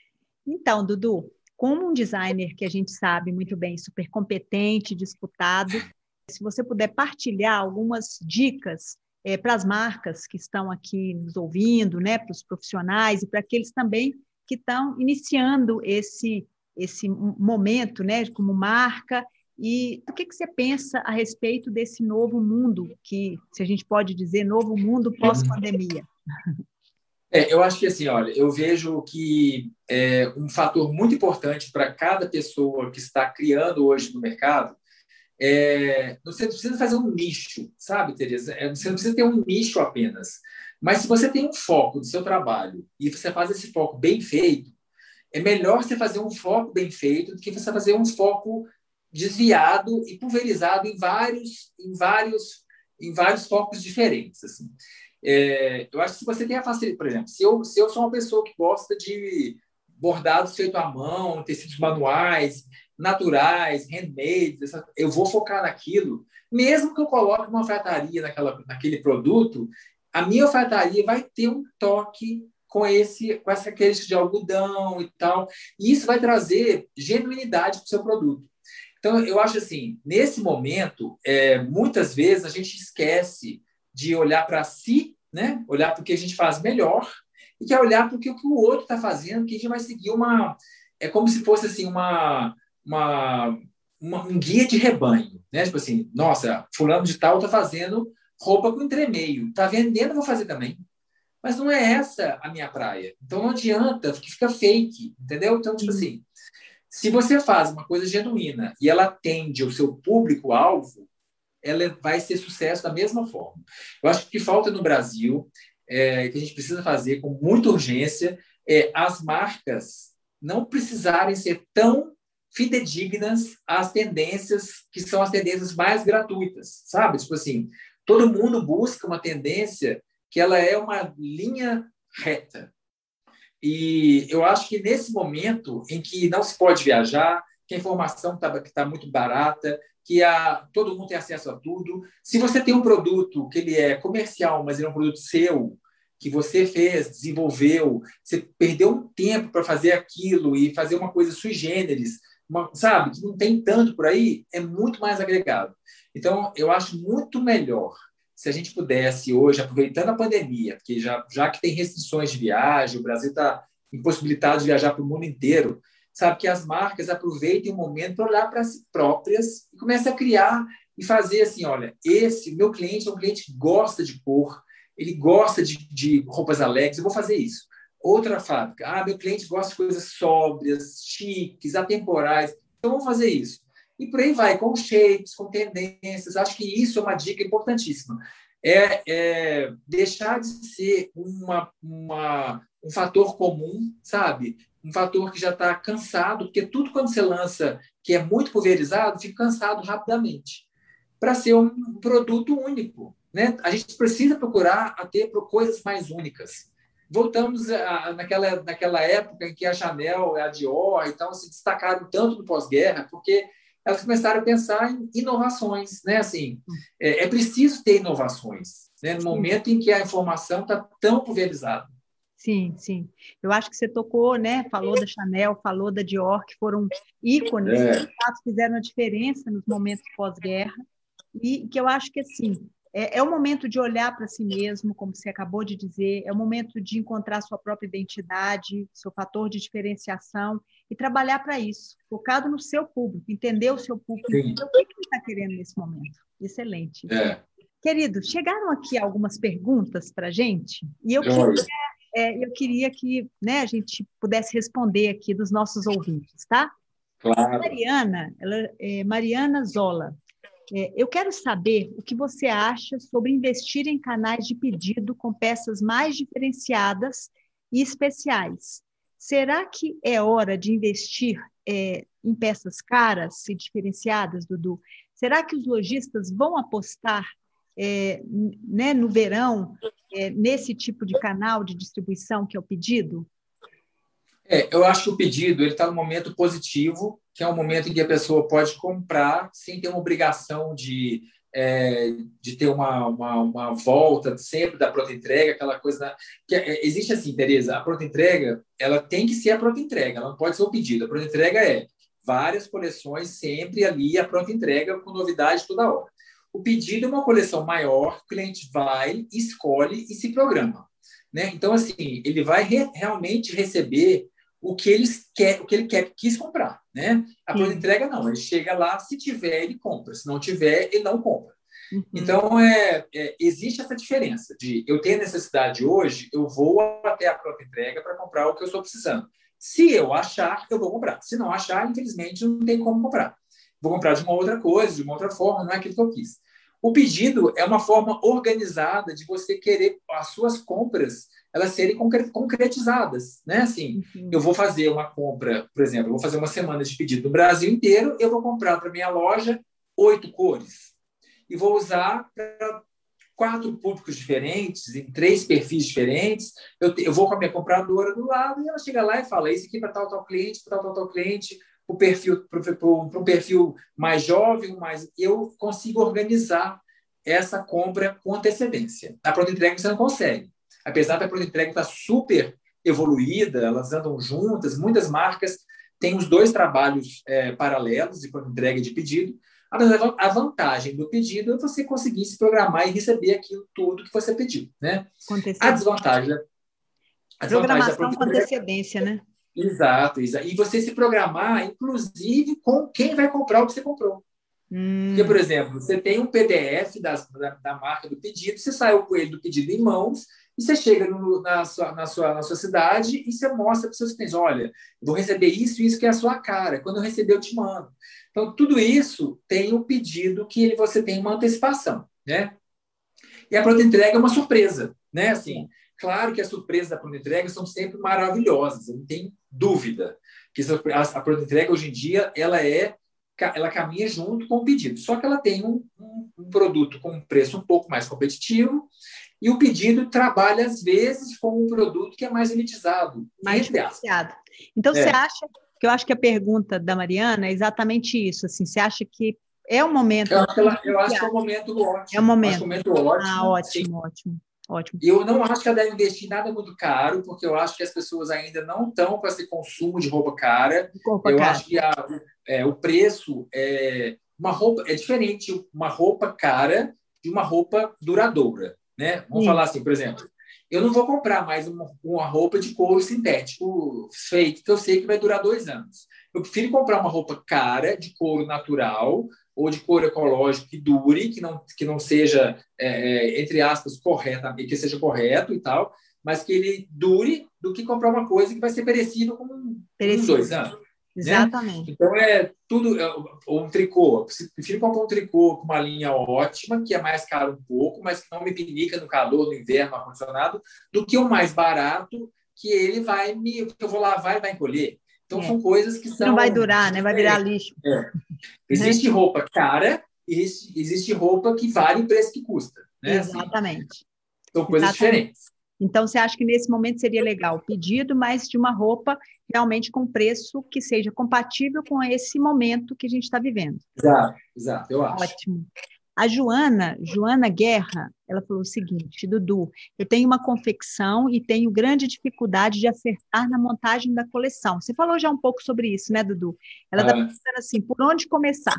Então, Dudu, como um designer que a gente sabe muito bem, super competente, disputado, se você puder partilhar algumas dicas é, para as marcas que estão aqui nos ouvindo, né, para os profissionais e para aqueles também que estão iniciando esse, esse momento, né, como marca, e o que, que você pensa a respeito desse novo mundo, que, se a gente pode dizer, novo mundo pós-pandemia? É, eu acho que, assim, olha, eu vejo que é, um fator muito importante para cada pessoa que está criando hoje no mercado é, você precisa fazer um nicho, sabe, Tereza? Você não precisa ter um nicho apenas. Mas se você tem um foco do seu trabalho e você faz esse foco bem feito, é melhor você fazer um foco bem feito do que você fazer um foco desviado e pulverizado em vários, em vários, em vários focos diferentes, assim. É, eu acho que se você tem a facilidade, por exemplo, se eu, se eu sou uma pessoa que gosta de bordados feitos à mão, tecidos manuais, naturais, handmade, eu vou focar naquilo, mesmo que eu coloque uma alfaiataria naquela, naquele produto, a minha alfaiataria vai ter um toque com, esse, com essa característica de algodão e tal, e isso vai trazer genuinidade para o seu produto. Então, eu acho assim, nesse momento, é, muitas vezes a gente esquece de olhar para si, né? Olhar para o que a gente faz melhor e que é olhar para o que o outro está fazendo, que a gente vai seguir uma... É como se fosse assim, uma, uma, uma, um guia de rebanho, né? Tipo assim, nossa, fulano de tal está fazendo roupa com entremeio, está vendendo, eu vou fazer também. Mas não é essa a minha praia. Então não adianta, que fica fake, entendeu? Então, tipo assim, se você faz uma coisa genuína e ela atende o seu público-alvo, ela vai ser sucesso da mesma forma. Eu acho que o que falta no Brasil, é, que a gente precisa fazer com muita urgência, é as marcas não precisarem ser tão fidedignas às tendências que são as tendências mais gratuitas, sabe? Tipo assim, todo mundo busca uma tendência que ela é uma linha reta. E eu acho que nesse momento em que não se pode viajar, que a informação está tá muito barata, que a, todo mundo tem acesso a tudo. Se você tem um produto que ele é comercial, mas ele é um produto seu, que você fez, desenvolveu, você perdeu um tempo para fazer aquilo e fazer uma coisa sui generis, uma, sabe, que não tem tanto por aí, é muito mais agregado. Então, eu acho muito melhor se a gente pudesse hoje, aproveitando a pandemia, porque já, já que tem restrições de viagem, o Brasil está impossibilitado de viajar para o mundo inteiro, sabe, que as marcas aproveitem o momento para olhar para si próprias e comecem a criar e fazer assim, olha, esse meu cliente é um cliente que gosta de cor, ele gosta de, de roupas alegres, eu vou fazer isso. Outra fábrica, ah, meu cliente gosta de coisas sóbrias, chiques, atemporais, então vamos fazer isso. E por aí vai, com shapes, com tendências, acho que isso é uma dica importantíssima. é, é deixar de ser uma, uma, um fator comum, sabe? Um fator que já está cansado, porque tudo quando você lança que é muito pulverizado, fica cansado rapidamente, para ser um produto único, né? A gente precisa procurar a ter coisas mais únicas. Voltamos a, naquela, naquela época em que a Chanel, a Dior e tal se destacaram tanto no pós-guerra, porque elas começaram a pensar em inovações, né? Assim, é, é preciso ter inovações, né? No Sim. momento em que a informação está tão pulverizada. Sim, sim. Eu acho que você tocou, né? Falou da Chanel, falou da Dior, que foram ícones, É. que de fato fizeram a diferença nos momentos pós-guerra, e que eu acho que, assim, é, é o momento de olhar para si mesmo, como você acabou de dizer, é o momento de encontrar sua própria identidade, seu fator de diferenciação, e trabalhar para isso, focado no seu público, entender o seu público, Sim. entender o que ele está querendo nesse momento. Excelente. É. Querido, chegaram aqui algumas perguntas para a gente, e eu queria, é, eu queria que, né, a gente pudesse responder aqui dos nossos ouvintes, tá? Claro. Mariana, ela, é, Mariana Zola, é, eu quero saber o que você acha sobre investir em canais de pedido com peças mais diferenciadas e especiais. Será que é hora de investir é, em peças caras e diferenciadas, Dudu? Será que os lojistas vão apostar é, né, no verão é, nesse tipo de canal de distribuição que é o pedido? É, eu acho que o pedido ele está no momento positivo, que é um momento em que a pessoa pode comprar sem ter uma obrigação de, é, de ter uma, uma, uma volta sempre da pronta entrega, aquela coisa. Da, que é, existe assim, Tereza, a pronta entrega ela tem que ser a pronta entrega, ela não pode ser o pedido. A pronta entrega é várias coleções sempre ali, a pronta entrega com novidade toda hora. O pedido é uma coleção maior, o cliente vai, escolhe e se programa, né? Então, assim, ele vai re, realmente receber o que ele quer, o que ele quer, quis comprar, né? A pronta entrega não, ele chega lá, se tiver ele compra, se não tiver ele não compra. Uhum. Então é, é, existe essa diferença de eu tenho necessidade hoje, eu vou até a pronta entrega para comprar o que eu estou precisando. Se eu achar, eu vou comprar. Se não achar, infelizmente não tem como comprar. Vou comprar de uma outra coisa, de uma outra forma, não é aquilo que eu quis. O pedido é uma forma organizada de você querer as suas compras elas serem concretizadas, né? Assim, uhum. Eu vou fazer uma compra, por exemplo, eu vou fazer uma semana de pedido no Brasil inteiro, eu vou comprar para minha loja oito cores e vou usar para quatro públicos diferentes, em três perfis diferentes. Eu, te, eu vou com a minha compradora do lado e ela chega lá e fala isso aqui para tal, tal cliente, para tal, tal, tal cliente, para perfil, um perfil mais jovem, mais... eu consigo organizar essa compra com antecedência. A pronta entrega você não consegue. Apesar da pronta entrega estar super evoluída, elas andam juntas, muitas marcas têm os dois trabalhos é, paralelos de pronta entrega e de pedido. A vantagem do pedido é você conseguir se programar e receber aquilo tudo que você pediu, né? A desvantagem, a desvantagem da com antecedência, né? Exato, exato. E você se programar, inclusive, com quem vai comprar o que você comprou. Hum. Porque, por exemplo, você tem um P D F das, da, da marca do pedido, você saiu com ele do pedido em mãos e você chega no, na, sua, na, sua, na sua cidade e você mostra para os seus clientes, olha, eu vou receber isso e isso que é a sua cara. Quando eu receber, eu te mando. Então, tudo isso tem o pedido que ele, você tem uma antecipação, né? E a pronta entrega é uma surpresa, né? Assim, claro que as surpresas da pronta entrega são sempre maravilhosas, eu não tenho dúvida que a, a pronta entrega, hoje em dia, ela é ela caminha junto com o pedido, só que ela tem um, um, um produto com um preço um pouco mais competitivo e o pedido trabalha, às vezes, com um produto que é mais elitizado. Mais diferenciado. Então, é. Você acha, que eu acho que a pergunta da Mariana é exatamente isso, assim, você acha que é um momento... Eu acho, ela, eu acho que é um momento ótimo. É um momento. Acho um momento ótimo. Ah, ótimo, sim. ótimo. Ótimo. Eu não acho que ela deve investir em nada muito caro, porque eu acho que as pessoas ainda não estão com esse consumo de roupa cara. Roupa eu cara. acho que a, é, o preço é uma roupa é diferente, uma roupa cara de uma roupa duradoura, né? Vamos Sim. falar assim, por exemplo, eu não vou comprar mais uma, uma roupa de couro sintético fake, que eu sei que vai durar dois anos. Eu prefiro comprar uma roupa cara de couro natural ou de couro ecológico que dure, que não, que não seja, é, entre aspas, correta, que seja correto e tal, mas que ele dure do que comprar uma coisa que vai ser perecível com um, dois anos. né? Exatamente. Então, é tudo... é, um tricô. Eu prefiro comprar um tricô com uma linha ótima, que é mais caro um pouco, mas que não me pinica no calor, no inverno, ar-condicionado, do que o mais barato, que ele vai me... que eu vou lavar e vai encolher. Então, É. são coisas que Não vai são durar, né? Vai virar diferentes. lixo. É. Né? Existe roupa cara e existe, existe roupa que vale o preço que custa, né? Assim, Exatamente. são coisas Exatamente. diferentes. Então, você acha que nesse momento seria legal o pedido, mas de uma roupa realmente com preço que seja compatível com esse momento que a gente está vivendo? Exato, exato, eu acho. Ótimo. A Joana, Joana Guerra, ela falou o seguinte: Dudu, eu tenho uma confecção e tenho grande dificuldade de acertar na montagem da coleção. Você falou já um pouco sobre isso, né, Dudu? Ela está Ah, pensando assim, por onde começar?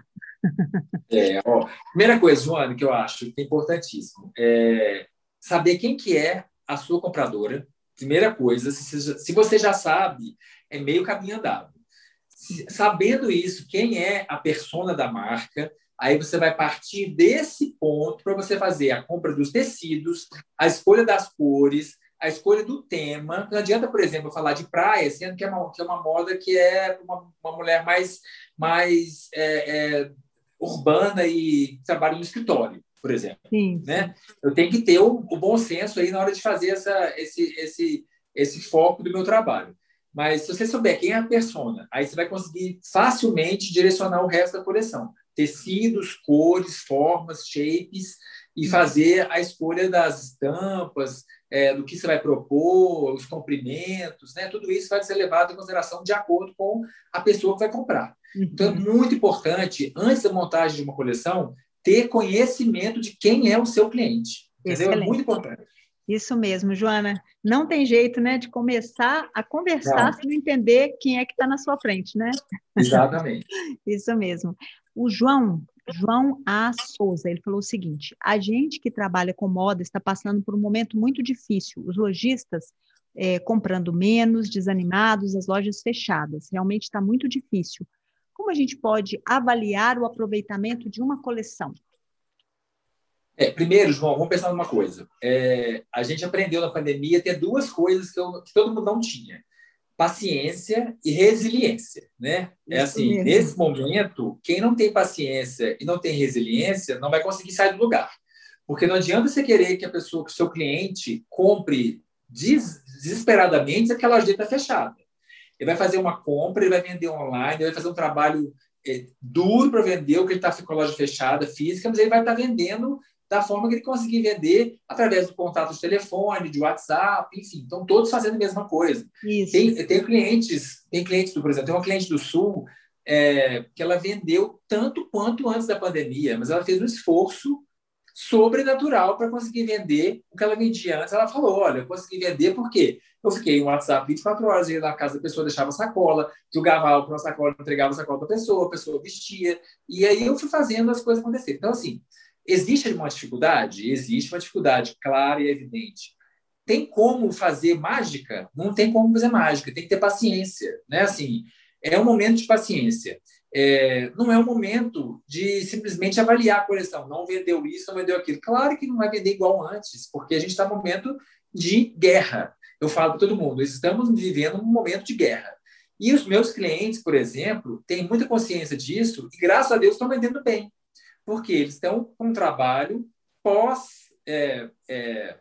é, ó, primeira coisa, Joana, que eu acho que é importantíssimo, é saber quem que é a sua compradora. Primeira coisa, se você já, se você já sabe, é meio caminho andado. Se- Sabendo isso, quem é a persona da marca, aí você vai partir desse ponto para você fazer a compra dos tecidos, a escolha das cores, a escolha do tema. Não adianta, por exemplo, eu falar de praia, sendo que é uma, que é uma moda que é uma, uma mulher mais, mais é, é, urbana e trabalha no escritório, por exemplo, Sim, sim. né? Eu tenho que ter o, o bom senso aí na hora de fazer essa, esse, esse, esse foco do meu trabalho. Mas se você souber quem é a persona, aí você vai conseguir facilmente direcionar o resto da coleção. Tecidos, cores, formas, shapes, e fazer a escolha das estampas, é, do que você vai propor, os comprimentos, né? Tudo isso vai ser levado em consideração de acordo com a pessoa que vai comprar. Então, é Uhum. muito importante, antes da montagem de uma coleção, ter conhecimento de quem é o seu cliente. Entendeu? É muito Excelente. importante. Isso mesmo, Joana. Não tem jeito, né, de começar a conversar Não, se não entender quem é que está na sua frente, né? exatamente. Isso mesmo. O João, João A. Souza, ele falou o seguinte: a gente que trabalha com moda está passando por um momento muito difícil. Os lojistas eh, comprando menos, desanimados, as lojas fechadas. Realmente está muito difícil. Como a gente pode avaliar o aproveitamento de uma coleção? É, primeiro, João, vamos pensar numa coisa. É, a gente aprendeu na pandemia a ter duas coisas que, eu, que todo mundo não tinha: paciência e resiliência, né? É Isso assim, mesmo. nesse momento, quem não tem paciência e não tem resiliência não vai conseguir sair do lugar. Porque não adianta você querer que a pessoa, que o seu cliente compre des, desesperadamente se aquela loja está fechada. Ele vai fazer uma compra, ele vai vender online, ele vai fazer um trabalho é, duro para vender, o que ele está com a loja fechada, física, mas ele vai estar vendendo da forma que ele conseguir vender através do contato de telefone, de WhatsApp, enfim. Então, todos fazendo a mesma coisa. Isso. Tem, tem clientes, tem clientes, do, por exemplo, tem uma cliente do Sul é, que ela vendeu tanto quanto antes da pandemia, mas ela fez um esforço sobrenatural para conseguir vender o que ela vendia antes. Ela falou, olha, eu consegui vender porque eu fiquei no WhatsApp vinte e quatro horas, ia na casa da pessoa, deixava sacola, jogava algo para uma sacola, entregava a sacola para a pessoa, a pessoa vestia, e aí eu fui fazendo as coisas acontecerem. Então, assim, existe uma dificuldade? Existe uma dificuldade clara e evidente. Tem como fazer mágica? Não tem como fazer mágica, tem que ter paciência, né? Assim, é um momento de paciência. É, não é um momento de simplesmente avaliar a coleção. Não vendeu isso, não vendeu aquilo. Claro que não vai vender igual antes, porque a gente está num momento de guerra. Eu falo para todo mundo, estamos vivendo um momento de guerra. E os meus clientes, por exemplo, têm muita consciência disso e, graças a Deus, estão vendendo bem. Porque eles estão com um trabalho pós, é, é,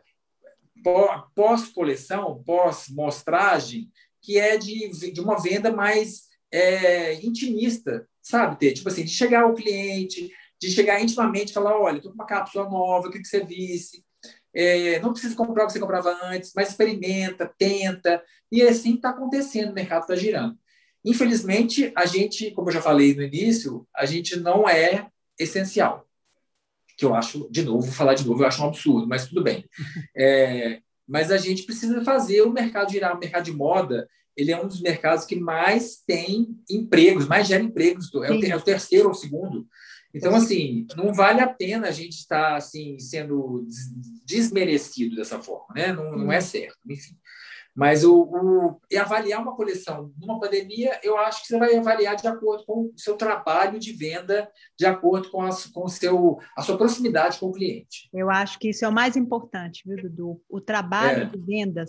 pós-coleção, pós-mostragem, que é de, de uma venda mais é, intimista, sabe, Tê? Tipo assim, de chegar ao cliente, de chegar intimamente e falar, olha, estou com uma cápsula nova, o que, que você visse? É, não precisa comprar o que você comprava antes, mas experimenta, tenta, e assim está acontecendo, o mercado está girando. Infelizmente, a gente, como eu já falei no início, a gente não é essencial, que eu acho, de novo, vou falar de novo, eu acho um absurdo, mas tudo bem. É, mas a gente precisa fazer o mercado girar. O mercado de moda, ele é um dos mercados que mais tem empregos, mais gera empregos, é o, é Sim. o terceiro ou segundo. Então, assim, não vale a pena a gente estar assim, sendo desmerecido dessa forma, né? Não, não é Sim. certo, enfim. Mas o, o, e avaliar uma coleção numa pandemia, eu acho que você vai avaliar de acordo com o seu trabalho de venda, de acordo com, a, com o seu, a sua proximidade com o cliente. Eu acho que isso é o mais importante, viu, Dudu? O trabalho É, de vendas,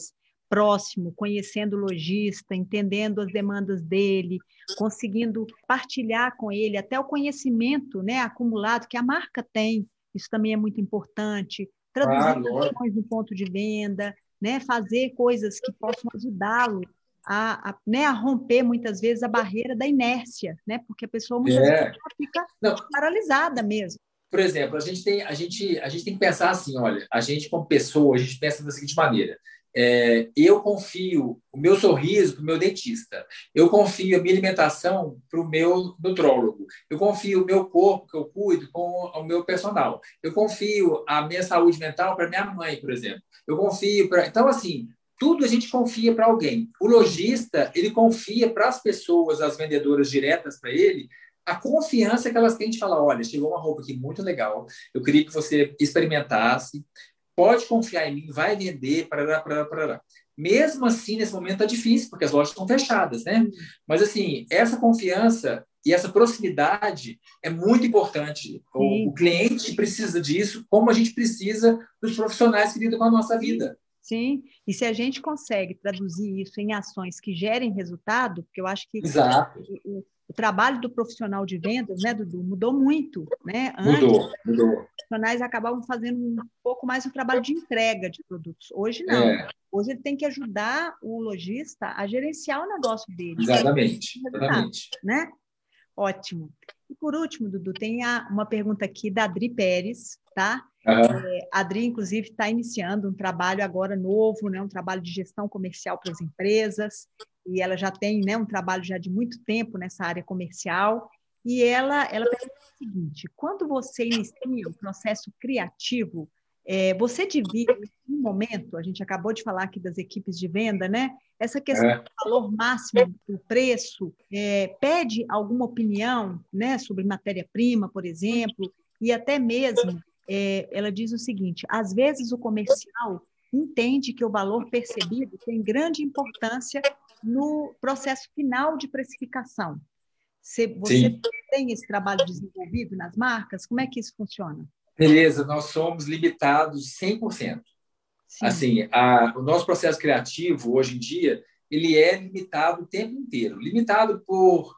próximo, conhecendo o lojista, entendendo as demandas dele, conseguindo partilhar com ele até o conhecimento, né, acumulado que a marca tem, isso também é muito importante, traduzir Ah, ações no ponto de venda, né, fazer coisas que possam ajudá-lo a, a, né, a romper, muitas vezes, a barreira da inércia, né, porque a pessoa, muitas vezes, é. fica Não, paralisada mesmo. por exemplo, a gente tem, a gente, a gente tem que pensar assim, olha, a gente como pessoa, a gente pensa da seguinte maneira, é, eu confio o meu sorriso para o meu dentista, eu confio a minha alimentação para o meu nutrólogo, eu confio o meu corpo que eu cuido com o meu personal, eu confio a minha saúde mental para minha mãe, por exemplo, eu confio para... Então, assim, tudo a gente confia para alguém. O lojista, ele confia para as pessoas, as vendedoras diretas para ele, a confiança que elas têm de falar, olha, chegou uma roupa aqui muito legal, eu queria que você experimentasse, pode confiar em mim, vai vender, parará, parará, parará. Mesmo assim, nesse momento é difícil, porque as lojas estão fechadas, né? Mas, assim, essa confiança e essa proximidade é muito importante. O, o cliente precisa disso, como a gente precisa dos profissionais que lidam com a nossa vida. Sim, e se a gente consegue traduzir isso em ações que gerem resultado, porque eu acho que Exato. O, o trabalho do profissional de vendas, né, Dudu, mudou muito, né? Mudou, Antes, mudou. os profissionais acabavam fazendo um pouco mais o trabalho de entrega de produtos. Hoje, não. É. Hoje, ele tem que ajudar o lojista a gerenciar o negócio dele. Exatamente, exatamente. Né? Ótimo. E, por último, Dudu, tem a, uma pergunta aqui da Adri Pérez, tá? Uhum. É, a Adri, inclusive, está iniciando um trabalho agora novo, né? Um trabalho de gestão comercial para as empresas, e ela já tem, né, um trabalho já de muito tempo nessa área comercial, e ela, ela pergunta o seguinte, quando você inicia o processo criativo, é, você divide em um momento, a gente acabou de falar aqui das equipes de venda, né? Essa questão é. do valor máximo do preço, é, pede alguma opinião, né, sobre matéria-prima, por exemplo, e até mesmo, é, ela diz o seguinte, às vezes o comercial entende que o valor percebido tem grande importância no processo final de precificação. Você, você tem esse trabalho desenvolvido nas marcas? Como é que isso funciona? Beleza, nós somos limitados cem por cento. Sim. Assim, a, o nosso processo criativo, hoje em dia, ele é limitado o tempo inteiro. Limitado por,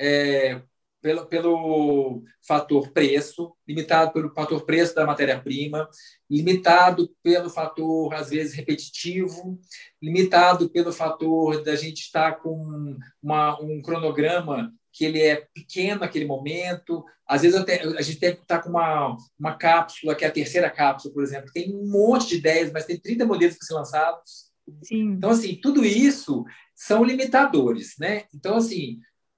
é, pelo, pelo fator preço, limitado pelo fator preço da matéria-prima, limitado pelo fator, às vezes, repetitivo, limitado pelo fator da gente estar com uma, um cronograma que ele é pequeno naquele momento. Às vezes até, a gente tem que estar com uma, uma cápsula, que é a terceira cápsula, por exemplo. Tem um monte de ideias, mas tem trinta modelos para ser lançados. Sim. Então, assim, tudo isso são limitadores, né? Então, assim,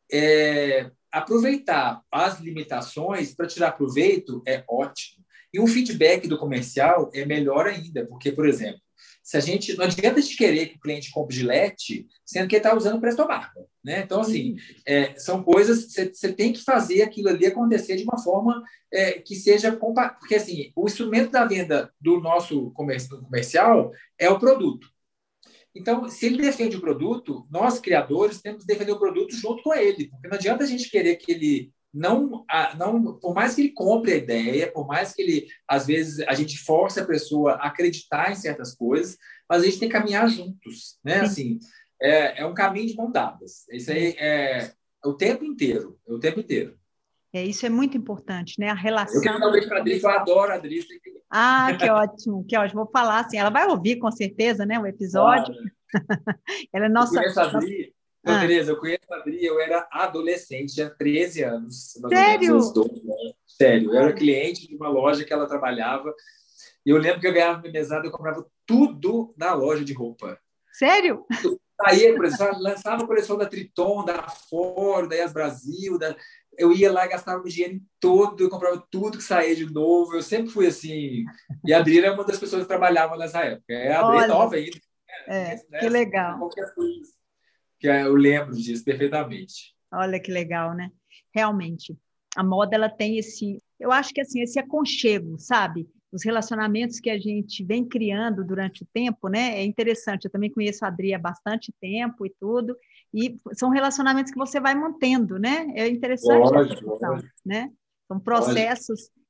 é, aproveitar as limitações para tirar proveito é ótimo. E um feedback do comercial é melhor ainda, porque, por exemplo, se a gente não adianta de querer que o cliente compre Gillette, sendo que ele está usando Prestobarba, né? Então, assim, é, são coisas que você tem que fazer aquilo ali acontecer de uma forma é, que seja... Porque, assim, o instrumento da venda do nosso comercial é o produto. Então, se ele defende o produto, nós, criadores, temos que defender o produto junto com ele, porque não adianta a gente querer que ele não, não... Por mais que ele compre a ideia, por mais que ele, às vezes, a gente force a pessoa a acreditar em certas coisas, mas a gente tem que caminhar juntos, né? Assim, é, é um caminho de mão dadas. Isso aí é, é o tempo inteiro, é o tempo inteiro. É, isso é muito importante, né? A relação... Eu quero dar um beijo para a Adri, eu adoro a Adri. Ah, que ótimo, que ótimo. Vou falar assim, ela vai ouvir com certeza, né, o episódio. Claro. Ela é nossa... Eu conheço a Adri, nossa... Ô, Tereza, eu conheço a Adri, eu era adolescente, tinha treze anos. Sério? Uns doze anos. Sério, eu era cliente de uma loja que ela trabalhava, e eu lembro que eu ganhava minha mesada, eu comprava tudo na loja de roupa. Sério? Aí, por exemplo, lançava a coleção da Triton, da Ford, da Yas Brasil, da... eu ia lá e gastava o dinheiro todo, eu comprava tudo que saía de novo, eu sempre fui assim. E a Adri era uma das pessoas que trabalhava nessa época. É a Adri nova ainda. É, né? Que legal. Qualquer coisa. Que eu lembro disso perfeitamente. Olha que legal, né? Realmente, a moda ela tem esse, eu acho que assim, esse aconchego, sabe? Os relacionamentos que a gente vem criando durante o tempo, né? É interessante. Eu também conheço a Adri há bastante tempo e tudo, e são relacionamentos que você vai mantendo, né? É interessante lógico, essa questão, lógico. né? São processos lógico.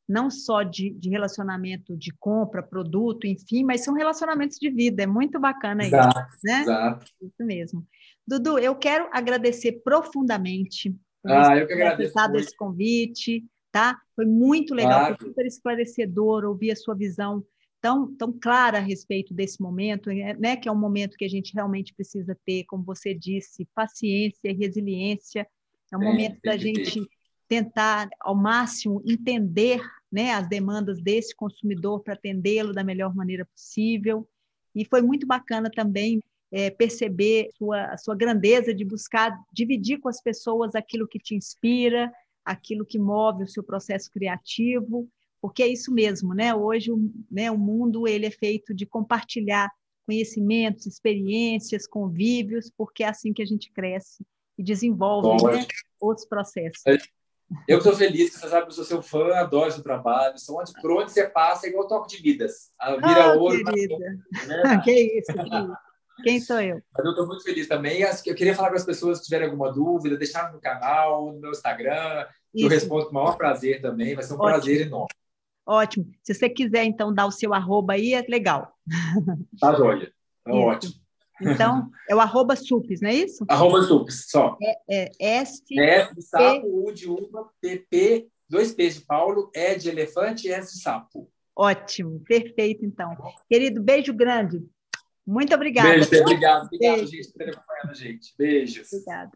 não só de, de relacionamento de compra, produto, enfim, mas são relacionamentos de vida. É muito bacana Exato, isso, né? Exato. Isso mesmo. Dudu, eu quero agradecer profundamente por ah, você eu que ter aceitado esse convite, tá? Foi muito legal, claro. Foi super esclarecedor ouvir a sua visão tão, tão clara a respeito desse momento, né? Que é um momento que a gente realmente precisa ter, como você disse, paciência e resiliência. É um Sim, momento da gente ter. tentar, ao máximo, entender, né, as demandas desse consumidor para atendê-lo da melhor maneira possível. E foi muito bacana também é, perceber sua, a sua grandeza de buscar dividir com as pessoas aquilo que te inspira, aquilo que move o seu processo criativo, porque é isso mesmo, né? Hoje o, né, o mundo ele é feito de compartilhar conhecimentos, experiências, convívios, porque é assim que a gente cresce e desenvolve, né, outros processos. Eu estou feliz que você sabe que eu sou seu fã, adoro seu trabalho. Só onde, por onde você passa é igual toque de Midas. Vira oh, ouro. Querida. Mas... que isso, que isso. Quem sou eu? Mas eu estou muito feliz também. Eu queria falar para as pessoas que tiverem alguma dúvida, deixar no canal, no meu Instagram, que isso. eu respondo com o maior prazer também. Vai ser um Ótimo. prazer enorme. Ótimo. Se você quiser, então, dar o seu arroba aí, é legal. Tá joia. Tá isso. ótimo. Então, é o arroba supes, não é isso? Arroba supes, só. É, é S... S de sapo, U de uva, P, P, dois P's de Paulo, E de elefante e S de sapo. Ótimo, perfeito, então. Querido, beijo grande. Muito obrigada. Beijo, obrigado. Obrigado, beijo. gente, por ter acompanhado a gente. Beijos. Obrigada.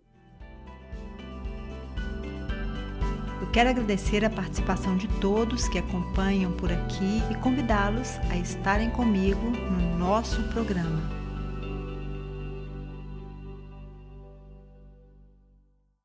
Eu quero agradecer a participação de todos que acompanham por aqui e convidá-los a estarem comigo no nosso programa.